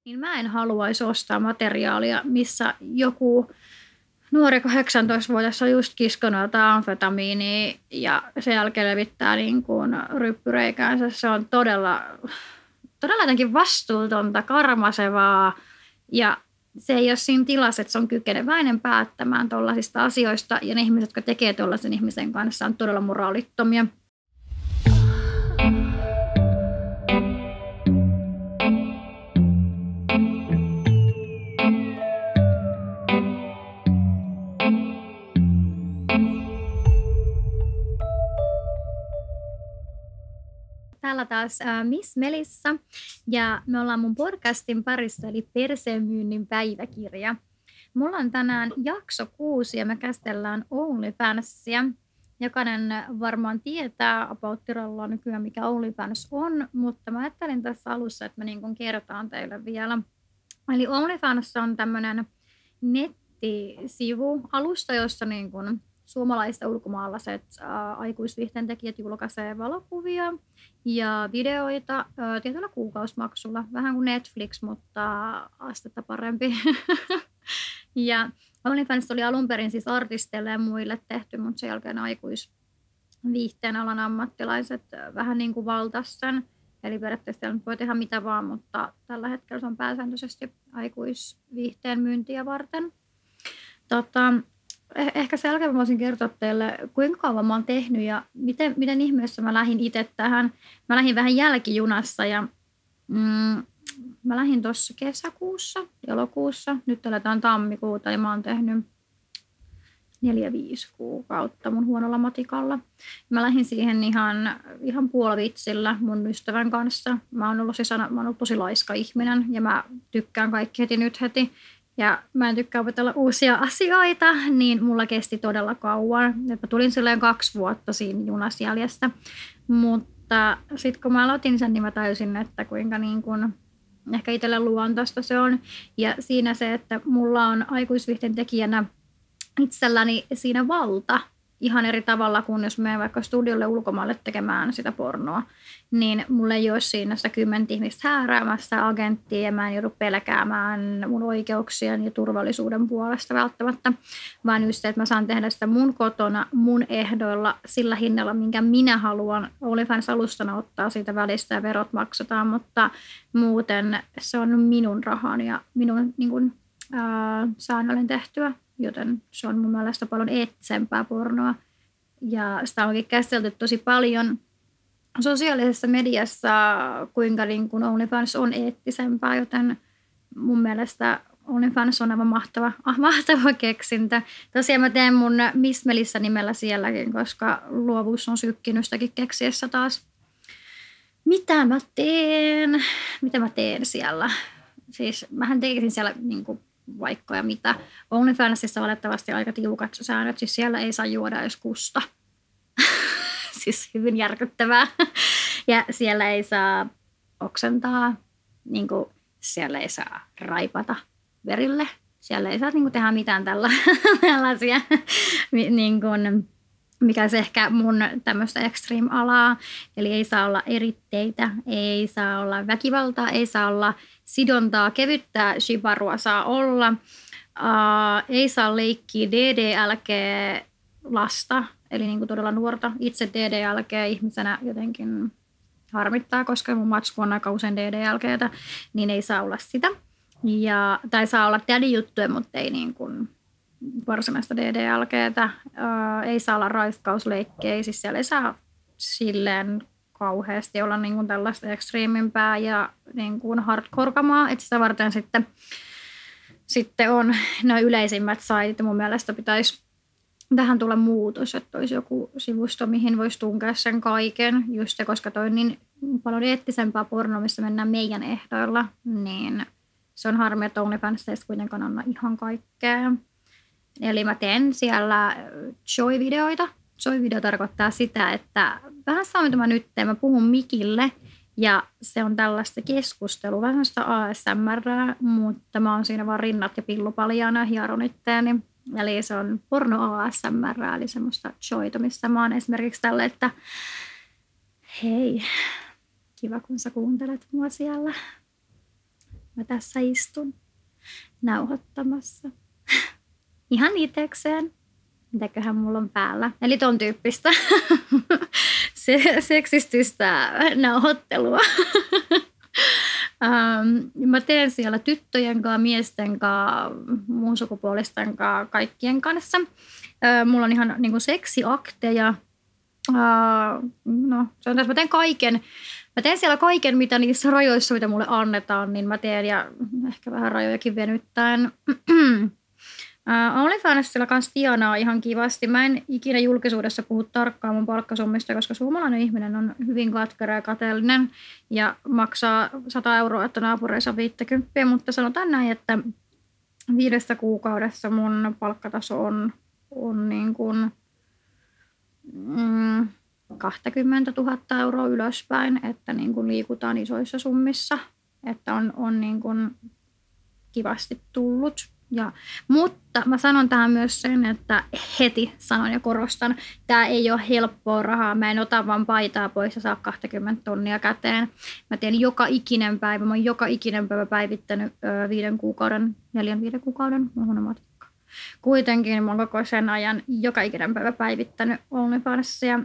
Niin mä en haluaisi ostaa materiaalia, missä joku nuori 18-vuotias on just kiskonut jotain amfetamiinia ja sen jälkeen levittää niin kuin ryppyreikäänsä. Se on todella jotenkin vastuutonta, karmasevaa ja se ei ole siinä tilassa, että se on kykeneväinen päättämään tuollaisista asioista ja ne ihmiset, jotka tekee tuollaisen ihmisen kanssa, on todella moraalittomia. Täällä taas Miss Melissa ja me ollaan mun podcastin parissa eli Perseenmyynnin päiväkirja. Mulla on tänään jakso 6 ja me käsitellään OnlyFansia. Jokainen varmaan tietää about Tiralla nykyään mikä OnlyFans on, mutta mä ajattelin tässä alussa, että mä niin kun kertaan teille vielä. Eli OnlyFans on tämmöinen nettisivu, alusta, jossa niin kun suomalaiset ja ulkomaalaiset aikuisviihteen tekijät julkaisee valokuvia ja videoita tietyllä kuukausimaksulla. Vähän kuin Netflix, mutta astetta parempi. Ja OnlyFans oli alun perin siis artisteille ja muille tehty, mutta sen jälkeen aikuisviihteen alan ammattilaiset vähän niin kuin valtas sen. Eli periaatteessa siellä voi tehdä mitä vaan, mutta tällä hetkellä se on pääsääntöisesti aikuisviihteen myyntiä varten. Ehkä sen jälkeen voisin kertoa teille, kuinka kauan mä oon tehnyt ja miten ihmeessä mä lähdin itse tähän. Mä lähdin vähän jälkijunassa ja mä lähdin tuossa kesäkuussa, elokuussa. Nyt aletaan tammikuuta ja mä oon tehnyt 4-5 kuukautta mun huonolla matikalla. Mä lähdin siihen ihan puolivitsillä mun ystävän kanssa. Mä oon ollut tosi laiska ihminen ja mä tykkään kaikki heti. Ja mä en tykkää opetella uusia asioita, niin mulla kesti todella kauan. Mä tulin silleen 2 vuotta siinä junasjäljestä. Mutta sitten kun mä aloitin sen, niin mä täysin, että kuinka niin kun ehkä itselle luontoista se on. Ja siinä se, että mulla on aikuisviihteen tekijänä itselläni siinä valta ihan eri tavalla kuin jos menen vaikka studiolle ulkomaille tekemään sitä pornoa. Niin mulla ei ole siinä sitä 10 ihmistä hääräämässä agenttia ja mä en joudu pelkäämään mun oikeuksien ja turvallisuuden puolesta välttämättä. Vaan just se, että mä saan tehdä sitä mun kotona, mun ehdoilla, sillä hinnalla, minkä minä haluan. OnlyFans alustana ottaa siitä välistä ja verot maksataan, mutta muuten se on minun rahani ja minun niin kuin, säännöllinen tehtyä. Joten se on mun mielestä paljon eettisempää pornoa. Ja sitä onkin käsitelty tosi paljon sosiaalisessa mediassa, kuinka niin kuin OnlyFans on eettisempää, joten mun mielestä OnlyFans on aivan mahtava keksintö. Tosiaan mä teen mun Miss Melissa nimellä sielläkin, koska luovuus on sykkinyt sitäkin keksiessä taas. Mitä mä teen siellä? Siis mähän tekisin siellä niin kuin vaikka ja mitä. OnlyFansissa on olettavasti aika tiukat säännöt, siis siellä ei saa juoda edes kusta. Siis hyvin järkyttävää. Ja siellä ei saa oksentaa, niin kuin siellä ei saa raipata verille. Siellä ei saa niin kuin tehdä mitään tällaisia, niin kuin, mikä se ehkä mun tämmöistä extreme-alaa. Eli ei saa olla eritteitä, ei saa olla väkivaltaa, ei saa olla sidontaa, kevyttää shibarua saa olla. Ei saa leikkiä DDLG-lasta, eli niin kuin todella nuorta. Itse DDLG-ihmisenä jotenkin harmittaa, koska mun matsku on aika usein DDLGtä, niin ei saa olla sitä. Tai saa olla daddy-juttuja, mutta ei niin kuin varsinaista DDLGtä. Ei saa olla raiskausleikkejä, siis siellä ei saa silleen kauheasti olla niin kuin tällaista ekstriimimpää ja niin kuin hardcore-kamaa, että sitä varten sitten on noin yleisimmät saitit. Mun mielestä pitäisi tähän tulla muutos, että olisi joku sivusto, mihin voisi tunkea sen kaiken. Just se, koska toi on niin paljon eettisempää pornoa, missä mennään meidän ehdoilla, niin se on harmi, että OnlyFans ei kuitenkaan anna ihan kaikkea. Eli mä teen siellä joy-videoita. Joy-video tarkoittaa sitä, että vähän sama mitä mä nyt teen, mä puhun mikille ja se on tällaista keskustelua, vähän sitä ASMR, mutta mä oon siinä vaan rinnat ja pillu paljaana hieron itteeni. Eli se on porno ASMR, eli semmoista joita, missä mä oon esimerkiksi tälle, että hei, kiva kun sä kuuntelet mua siellä. mä tässä istun nauhoittamassa. Ihan itekseen. Mitäköhän mulla on päällä. Eli ton tyyppistä seksististä nauhoittelua. Mä teen siellä tyttöjen kanssa, miesten kanssa, muun sukupuolisten kanssa, kaikkien kanssa. Mulla on ihan niin kuin seksiakteja. No, se on tässä. Mä teen kaiken. Mä teen siellä kaiken, mitä niissä rajoissa, mitä mulle annetaan, niin mä teen ja ehkä vähän rajojakin venyttäen. OnlyFansilla kanssa tienaa ihan kivasti. Mä en ikinä julkisuudessa puhu tarkkaan mun palkkasummista, koska suomalainen ihminen on hyvin katkera ja kateellinen ja maksaa 100 €, että naapureissa 50, mutta sanotaan näin, että 5 kuukaudessa mun palkkataso on niin kuin 20 000 € ylöspäin, että niin kuin liikutaan isoissa summissa, että on niin kuin kivasti tullut. Mutta mä sanon tähän myös sen, että heti sanon ja korostan, tämä ei ole helppoa rahaa. Mä en ota vaan paitaa pois ja saa 20 000 käteen. Mä teen joka ikinen päivä. Mä oon joka ikinen päivä päivittänyt 4-5 kuukauden. Kuitenkin mä oon koko sen ajan joka ikinen päivä päivittänyt OnlyFansia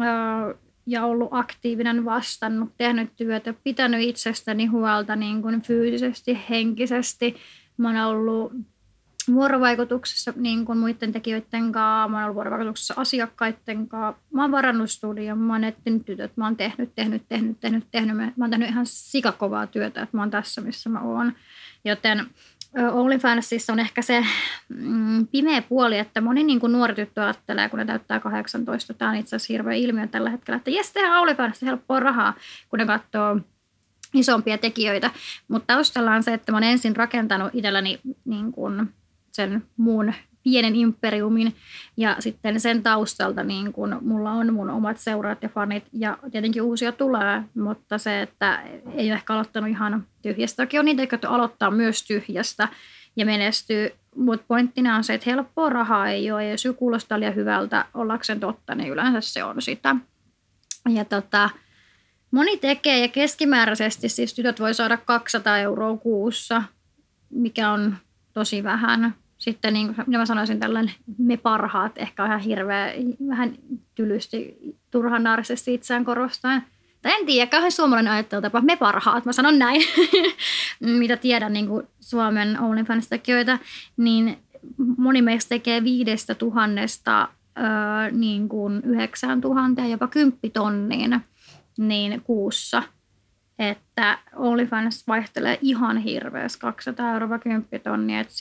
ja ollut aktiivinen, vastannut, tehnyt työtä, pitänyt itsestäni huolta niin kuin fyysisesti, henkisesti. Mä oon ollut vuorovaikutuksessa niin kuin muiden tekijöiden kanssa, mä oon ollut vuorovaikutuksessa asiakkaiden kanssa, mä oon varannut studion, mä oon etsinyt tytöt, mä oon tehnyt. Mä oon tehnyt ihan sikakovaa työtä, että mä oon tässä, missä mä oon. Joten OnlyFansissa on ehkä se pimeä puoli, että moni niin kuin nuori tyttö ajattelee, kun ne täyttää 18. Tämä on itse asiassa hirveä ilmiö tällä hetkellä, että jes, tehdään OnlyFansissa helppoa rahaa, kun ne katsoo isompia tekijöitä. Mutta taustalla on se, että mä oon ensin rakentanut itselläni niin kuin sen muun pienen imperiumin ja sitten sen taustalta niin kun mulla on mun omat seuraat ja fanit ja tietenkin uusia tulee, mutta se, että ei ole ehkä aloittanut ihan tyhjästä. Toki on niitä, jotka aloittaa myös tyhjästä ja menestyy, mutta pointtina on se, että helppoa rahaa ei ole ja jos joku kuulostaa liian hyvältä ollakseen totta, niin yleensä se on sitä. Ja moni tekee ja keskimääräisesti siis tytöt voi saada 200 € kuussa, mikä on tosi vähän. Sitten niin kuin mä sanoisin tällainen me parhaat, ehkä on ihan hirveä, vähän tylysti, turhan narsisesti itseään korostaen. Tai en tiedä, kauhean suomalainen ajattelutapa, me parhaat, mä sanon näin, mitä tiedän niin kuin Suomen OnlyFans-tekijöitä, niin moni meistä tekee 5 000 niin kuin 9 000 jopa 10 000 niin kuussa. Että OnlyFans vaihtelee ihan hirveästi, 200 € 10 000, että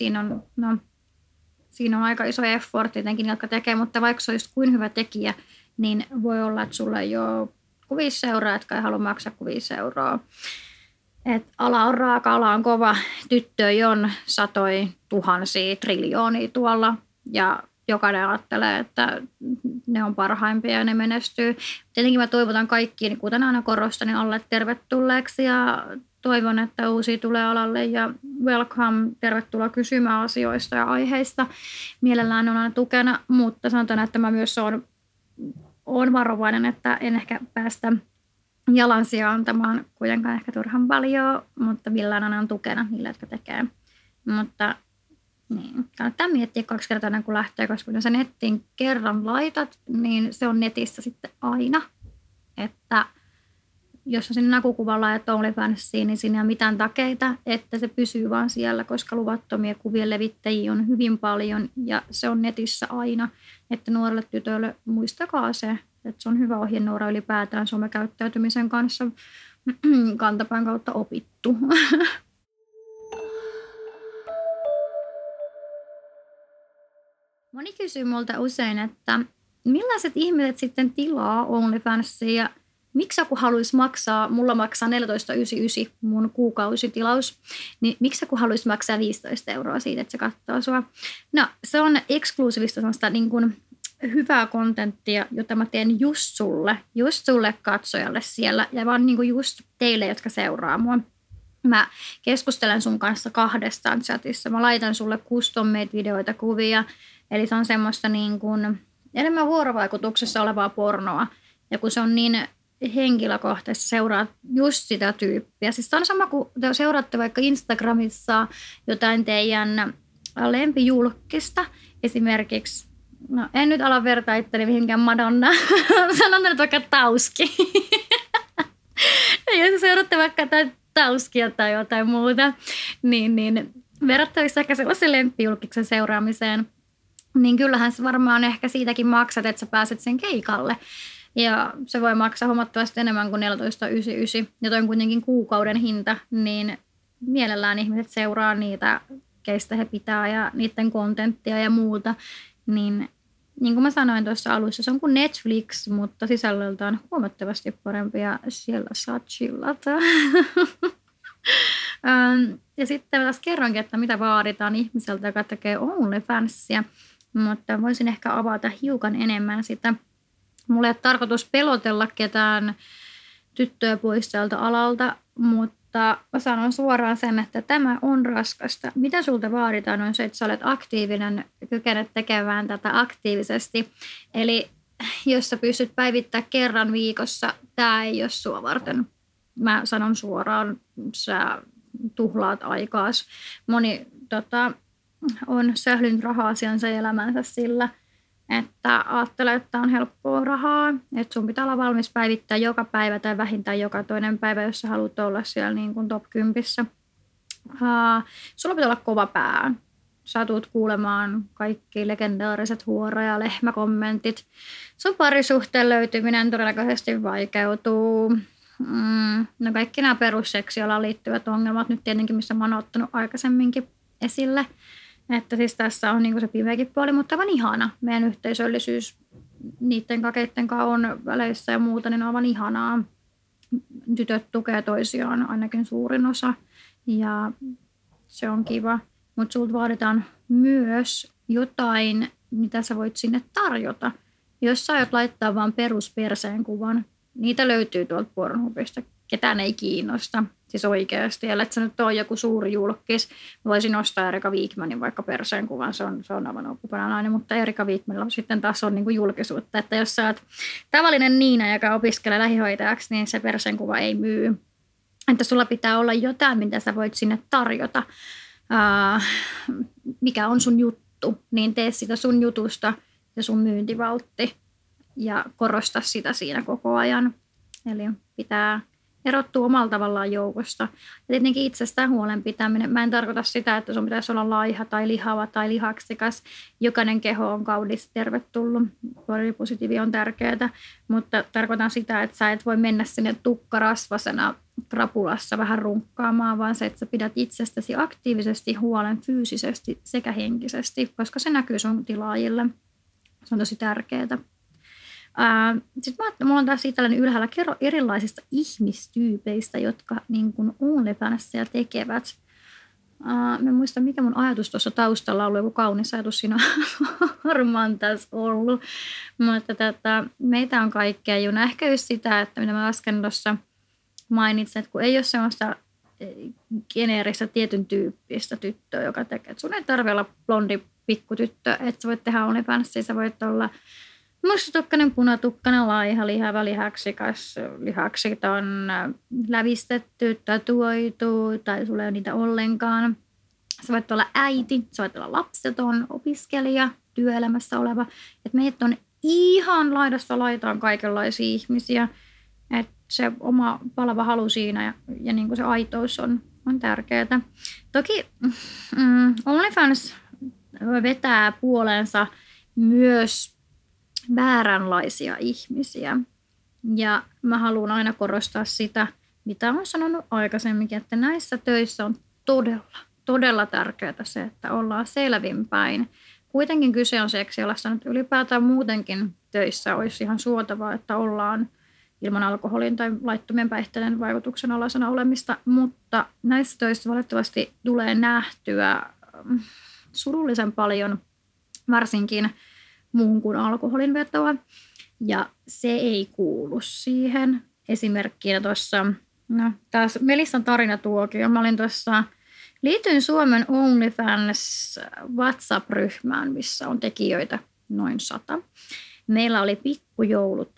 siinä on aika iso effort tietenkin, jotka tekee, mutta vaikka se olisi kuin hyvä tekijä, niin voi olla, että sulla ei ole kuin 5 €, etkä ei halua maksaa kuin 5 €. Et ala on raaka, ala on kova, tyttöjä on satoja, tuhansia, triljoonia tuolla ja jokainen ajattelee, että ne on parhaimpia ja ne menestyy. Tietenkin mä toivotan kaikkiin, kuten aina korostan, niin alle tervetulleeksi ja toivon, että uusia tulee alalle ja welcome, tervetuloa kysymään asioista ja aiheista. Mielellään on aina tukena, mutta sanotaan, että mä myös olen varovainen, että en ehkä päästä jalansia antamaan kuitenkaan ehkä turhan paljon, mutta millään aina on tukena niille, jotka tekee. Mutta niin, kannattaa miettiä 2 kertaa ennen kuin lähtee, koska kun sä nettiin kerran laitat, niin se on netissä sitten aina. Että jos on sinne nakukuvan laitat OnlyFansiin, niin siinä ei ole mitään takeita, että se pysyy vaan siellä, koska luvattomia kuvien levittäjiä on hyvin paljon ja se on netissä aina. Että nuorille tytöille muistakaa se, että se on hyvä ohjenuora ylipäätään somekäyttäytymisen kanssa kantapään kautta opittu. Moni kysyy multa usein, että millaiset ihmiset sitten tilaa OnlyFansia ja miksi joku haluaisi maksaa, mulla maksaa 14,99 mun kuukausitilaus, niin miksi joku haluaisi maksaa 15 € siitä, että se katsoo sua? No se on eksklusiivista sellaista niin kuin hyvää kontenttia, jota mä teen just sulle katsojalle siellä ja vaan niin kuin just teille, jotka seuraa mua. Mä keskustelen sun kanssa 2 chatissa, mä laitan sulle custom-made videoita, kuvia, eli se on semmoista niin kuin enemmän vuorovaikutuksessa olevaa pornoa. Ja kun se on niin henkilökohtaisesti seuraat just sitä tyyppiä. Siis on sama kuin te seuraatte vaikka Instagramissa jotain teidän lempijulkista. Esimerkiksi, no en nyt ala vertaa itteni mihinkään Madonna, sanon nyt vaikka Tauski. Jos seuraatte vaikka Tauskia tai jotain muuta, niin verrattavissa ehkä sellaisen lemppijulkiksen seuraamiseen, niin kyllähän se varmaan ehkä siitäkin maksat, että sä pääset sen keikalle. Ja se voi maksaa huomattavasti enemmän kuin 14,99, ja toi on kuitenkin kuukauden hinta, niin mielellään ihmiset seuraa niitä, keistä he pitää ja niiden kontenttia ja muuta. Niin kuin mä sanoin tuossa alussa, se on kuin Netflix, mutta sisällöltään huomattavasti parempi ja siellä saa chillata. Ja sitten taas kerronkin, että mitä vaaditaan ihmiseltä, joka tekee OnlyFansia, mutta voisin ehkä avata hiukan enemmän sitä. Mulla ei ole tarkoitus pelotella ketään tyttöä pois tältä alalta, mutta mä sanon suoraan sen, että tämä on raskasta. Mitä sulta vaaditaan on se, että sä olet aktiivinen, kykenet tekemään tätä aktiivisesti. Eli jos sä pystyt päivittämään kerran viikossa, tämä ei ole sua varten. Mä sanon suoraan, sä tuhlaat aikaas. Moni on sählynyt raha-asiansa ja elämänsä sillä, että ajattelee, että on helppoa rahaa, että sun pitää olla valmis päivittää joka päivä tai vähintään joka toinen päivä, jos sä haluat olla siellä niin kuin top 10. Sulla pitää olla kova pää. Sä tulet kuulemaan kaikki legendaariset huora- ja lehmäkommentit. Sun parisuhteen löytyminen todennäköisesti vaikeutuu. No kaikki nämä perusseksialaan liittyvät ongelmat nyt tietenkin, missä mä oon ottanut aikaisemminkin esille. Että siis tässä on niin kuin se pimeäkin puoli, mutta aivan ihana. Meidän yhteisöllisyys niiden kakeitten kanssa on väleissä ja muuta, niin on aivan ihanaa. Tytöt tukee toisiaan, ainakin suurin osa. Ja se on kiva. Mutta sulta vaaditaan myös jotain, mitä sä voit sinne tarjota. Jos sä aiot laittaa vaan perusperseen kuvan, niitä löytyy tuolta Pornhubista. Ketään ei kiinnosta. Siis oikeasti. Ja että se nyt on joku suuri julkis. Mä voisin nostaa Erika Wigmanin vaikka perseen kuvan. Se on aivan oppipäränainen, mutta Erika Wigmanilla sitten taas on niin kuin julkisuutta. Että jos sä oot tavallinen Niina, joka opiskelee lähihoitajaksi, niin se perseen kuva ei myy. Että sulla pitää olla jotain, mitä sä voit sinne tarjota. Mikä on sun juttu, niin tee sitä sun jutusta ja sun myyntivaltti. Ja korosta sitä siinä koko ajan. Eli pitää erottuu omalla tavallaan joukosta. Ja tietenkin itsestään huolen pitäminen. Mä en tarkoita sitä, että sun pitäisi olla laiha tai lihava tai lihaksikas. Jokainen keho on kaunis, tervetullut. Body-positiivi on tärkeää, mutta tarkoitan sitä, että sä et voi mennä sinne tukkarasvasena krapulassa vähän runkkaamaan, vaan se, että sä pidät itsestäsi aktiivisesti huolen fyysisesti sekä henkisesti, koska se näkyy sun tilaajille. Se on tosi tärkeää. Sitten mulla on taas tällainen ylhäällä kerro erilaisista ihmistyypeistä, jotka niin kuin OnlyFansia tekevät. Mä en muista, mikä mun ajatus tuossa taustalla on ollut, joku kaunis ajatus siinä varmaan tässä ollut. Mutta meitä on kaikkea juna. Ehkä just sitä, että mitä mä äsken tuossa mainitsin, että kun ei ole semmoista geneeristä tietyn tyyppistä tyttöä, joka tekee. Että sun ei tarvitse olla blondi pikkutyttö, että sä voit tehdä OnlyFansia, sä voit olla mustatukkainen, punatukkainen, laiha, lihava, lihaksikas, lihaksit on lävistetty, tatuoitu tai sulla ei ole niitä ollenkaan. Sä voit olla äiti, sä voit olla lapseton, opiskelija, työelämässä oleva. Et meitä on ihan laidasta laitaan kaikenlaisia ihmisiä. Et se oma palava halu siinä ja niin kuin se aitous on tärkeää. Toki OnlyFans vetää puoleensa myös vääränlaisia ihmisiä. Ja mä haluan aina korostaa sitä, mitä olen sanonut aikaisemminkin, että näissä töissä on todella tärkeää se, että ollaan selvinpäin. Kuitenkin kyse on seksialasta, että ylipäätään muutenkin töissä olisi ihan suotavaa, että ollaan ilman alkoholin tai laittomien päihteiden vaikutuksen alaisena olemista, mutta näissä töissä valitettavasti tulee nähtyä surullisen paljon, varsinkin muun kuin alkoholin vetoa, ja se ei kuulu siihen. Esimerkkinä tuossa, no taas Melissan tarinatuokio, mä olin tuossa, liityin Suomen OnlyFans WhatsApp-ryhmään, missä on tekijöitä noin 100. Meillä oli pikkujoulut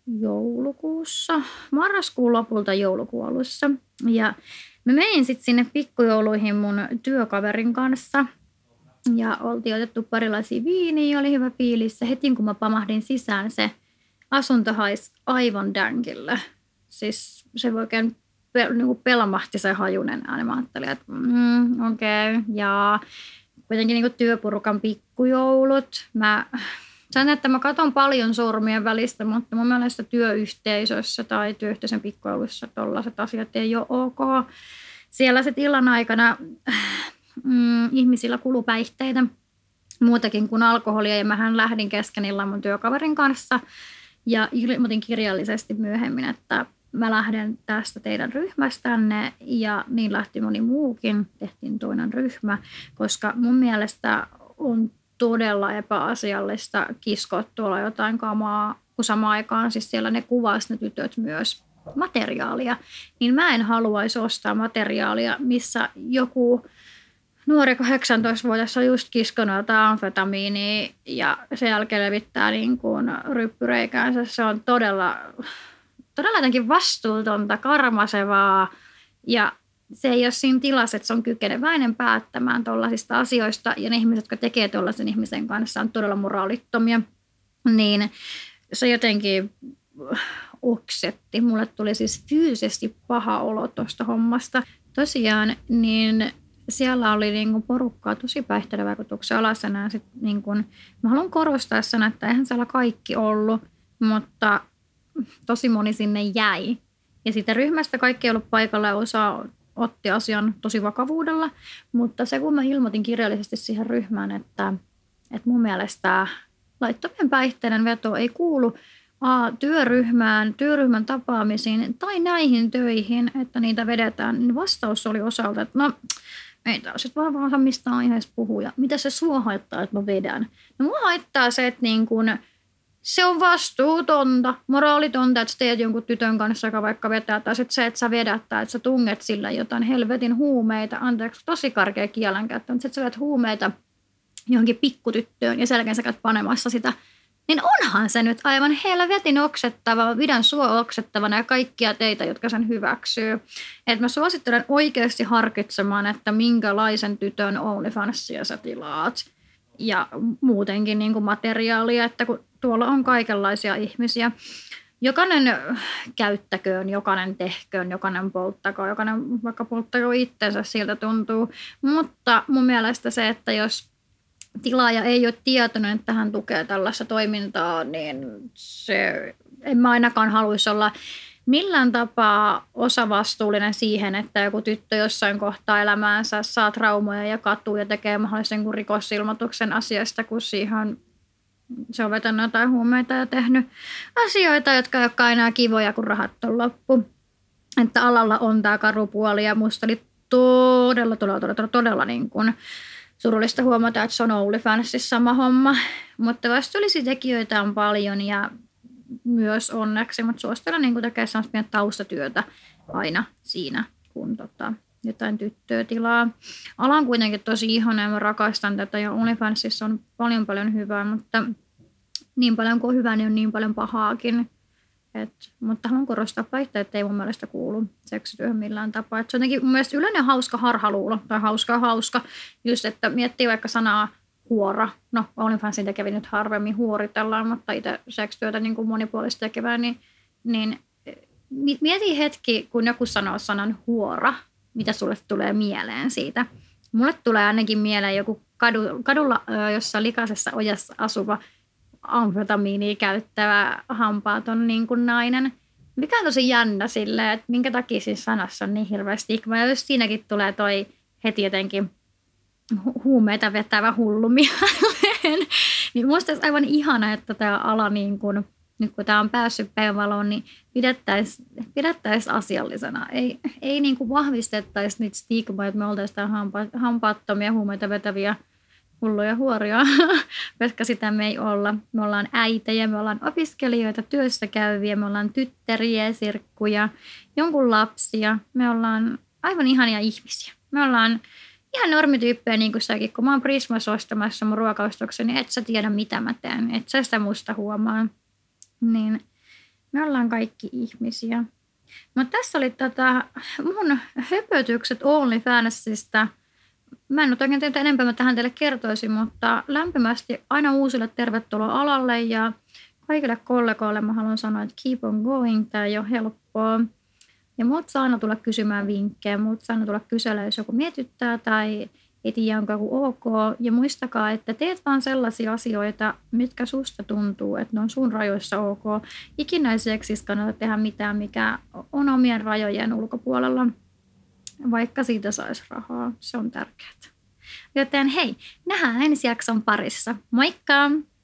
joulukuussa, marraskuun lopulta joulukuun alussa. Ja mä menin sitten sinne pikkujouluihin mun työkaverin kanssa. Ja oltiin otettu parilaisia viiniä, oli hyvä fiilis. Heti kun mä pamahdin sisään, se asunto haisi aivan dänkille. Siis se oikein pelamahti se hajunen ääni. Mä ajattelin, että okei. Ja kuitenkin niin työporukan pikkujoulut. Mä sanon, että mä katson paljon sormien välistä, mutta mun mielestä työyhteisössä tai työyhteisön pikkujoulussa tollaiset asiat ei ole ok. Siellä se illan aikana ihmisillä kului päihteitä, muutakin kuin alkoholia. Ja mähän lähdin kesken illan mun työkaverin kanssa ja ilmoitin kirjallisesti myöhemmin, että mä lähden tästä teidän ryhmästänne, ja niin lähti moni muukin. Tehtiin toinen ryhmä, koska mun mielestä on todella epäasiallista kiskoa tuolla jotain kamaa, kun samaan aikaan siis siellä ne kuvasi ne tytöt myös materiaalia. Niin mä en haluaisi ostaa materiaalia, missä joku nuori 18-vuotias on just kiskonut jotain amfetamiinia ja sen jälkeen levittää niin kuin ryppyreikäänsä. Se on todella jotenkin vastuutonta, karmasevaa, ja se ei ole siinä tilassa, että se on kykeneväinen päättämään tuollaisista asioista, ja ne ihmiset, jotka tekee tuollaisen ihmisen kanssa, on todella moraalittomia. Niin se jotenkin oksetti. Mulle tuli siis fyysisesti paha olo tuosta hommasta. Tosiaan, niin siellä oli niinku porukkaa tosi päihteiden vaikutuksen alasena. Niinku, mä haluan korostaa sen, että eihän siellä kaikki ollut, mutta tosi moni sinne jäi. Ja siitä ryhmästä kaikki ei ollut paikalla ja osa otti asian tosi vakavuudella. Mutta se, kun mä ilmoitin kirjallisesti siihen ryhmään, että mun mielestä laittomien päihteiden veto ei kuulu työryhmän tapaamisiin tai näihin töihin, että niitä vedetään, niin vastaus oli osalta, että no ei taas, että vaan mistä on ihan puhuja. Mitä se sua haittaa, että mä vedän? No mua haittaa se, että niin kun se on vastuutonta, moraalitonta, että sä teet jonkun tytön kanssa, joka vaikka vetää, tai sitten se, että sä vedät tai että sä tunget sillä jotain helvetin huumeita, anteeksi, tosi karkea kielenkäyttö, mutta sitten sä vedät huumeita johonkin pikkutyttöön ja sen jälkeen sä käyt panemassa sitä, niin onhan se nyt aivan helvetin oksettava, pidän sua oksettavana ja kaikkia teitä, jotka sen hyväksyy. Että mä suosittelen oikeasti harkitsemaan, että minkälaisen tytön OnlyFansia sä tilaat. Ja muutenkin niin kuin materiaalia, että kun tuolla on kaikenlaisia ihmisiä. Jokainen käyttäköön, jokainen tehköön, jokainen polttakoon, jokainen vaikka polttakoon itsensä, siltä tuntuu. Mutta mun mielestä se, että jos tilaaja ei ole tietoinen, että hän tukee tällaista toimintaa, niin en mä ainakaan haluaisi olla millään tapaa osavastuullinen siihen, että joku tyttö jossain kohtaa elämäänsä saa traumoja ja katuu ja tekee mahdollisen rikosilmoituksen asiasta, kun siihen se on vetänyt jotain huumeita ja tehnyt asioita, jotka ei olekaan enää kivoja, kun rahat on loppu. Että alalla on tämä karu puoli ja musta oli todella niin kuin surullista huomata, että se on OnlyFansissa sama homma. Mutta vastuullisia tekijöitä on paljon ja myös onneksi, mutta suosittelen niin tekemään sellaista pientä taustatyötä aina siinä, kun jotain tyttöä tilaa. Ala on kuitenkin tosi ihana ja mä rakastan tätä ja OnlyFansissa on paljon hyvää, mutta niin paljon kuin on hyvää, niin on niin paljon pahaakin. Mutta haluan korostaa, päihteet ei mun mielestä kuulu seksityöhön millään tapaa. Se on jotenkin mun mielestä yleinen hauska harhaluulo tai hauska. Just, että miettii vaikka sanaa huora. No, OnlyFansin tekeviä nyt harvemmin huoritellaan, mutta itse seksityötä niin kuin monipuolista tekevää, niin mieti hetki, kun joku sanoo sanan huora, mitä sulle tulee mieleen siitä. Mulle tulee ainakin mieleen joku kadulla jossain likaisessa ojassa asuva amfetamiinia käyttävä hampaaton niin kuin nainen. Mikä on tosi jännä silleen, että minkä takia siinä sanassa on niin hirveä stigma. Ja jos siinäkin tulee toi heti jotenkin huumeita vetävä hullu mieleen, niin musta olisi aivan ihana, että tämä ala, niin kun, nyt kun tämä on päässyt päivänvaloon, niin pidettäisiin asiallisena. Ei niin kuin vahvistettaisi niitä stigmoja, että me oltaisiin hampaattomia huumeita vetäviä hulluja huoria, koska sitä me ei olla. Me ollaan äitejä, me ollaan opiskelijoita, työssä käyviä, me ollaan tyttäriä, sirkkuja, jonkun lapsia. Me ollaan aivan ihania ihmisiä. Me ollaan ihan normityyppejä, niin kuin säkin. Kun mä oon Prismassa ostamassa mun ruokaostoksen, niin et sä tiedä, mitä mä teen. Et sä sitä musta huomaa. Niin Me ollaan kaikki ihmisiä. Mutta tässä oli mun höpötykset OnlyFansista. Mä en nyt oikein tiedä enempää, mä tähän teille kertoisin, mutta lämpimästi aina uusille tervetuloa alalle ja kaikille kollegoille mä haluan sanoa, että keep on going, tää ei ole helppoa. Ja muut saa aina tulla kysymään vinkkejä, muut saa aina tulla kyselemään, jos joku mietittää tai ei tiedä, onko joku ok. Ja muistakaa, että teet vaan sellaisia asioita, mitkä susta tuntuu, että ne on sun rajoissa ok. Ikinä ei seksistä kannata tehdä mitään, mikä on omien rajojen ulkopuolella, vaikka siitä saisi rahaa. Se on tärkeää. Joten hei, nähdään ensi jakson parissa. Moikka!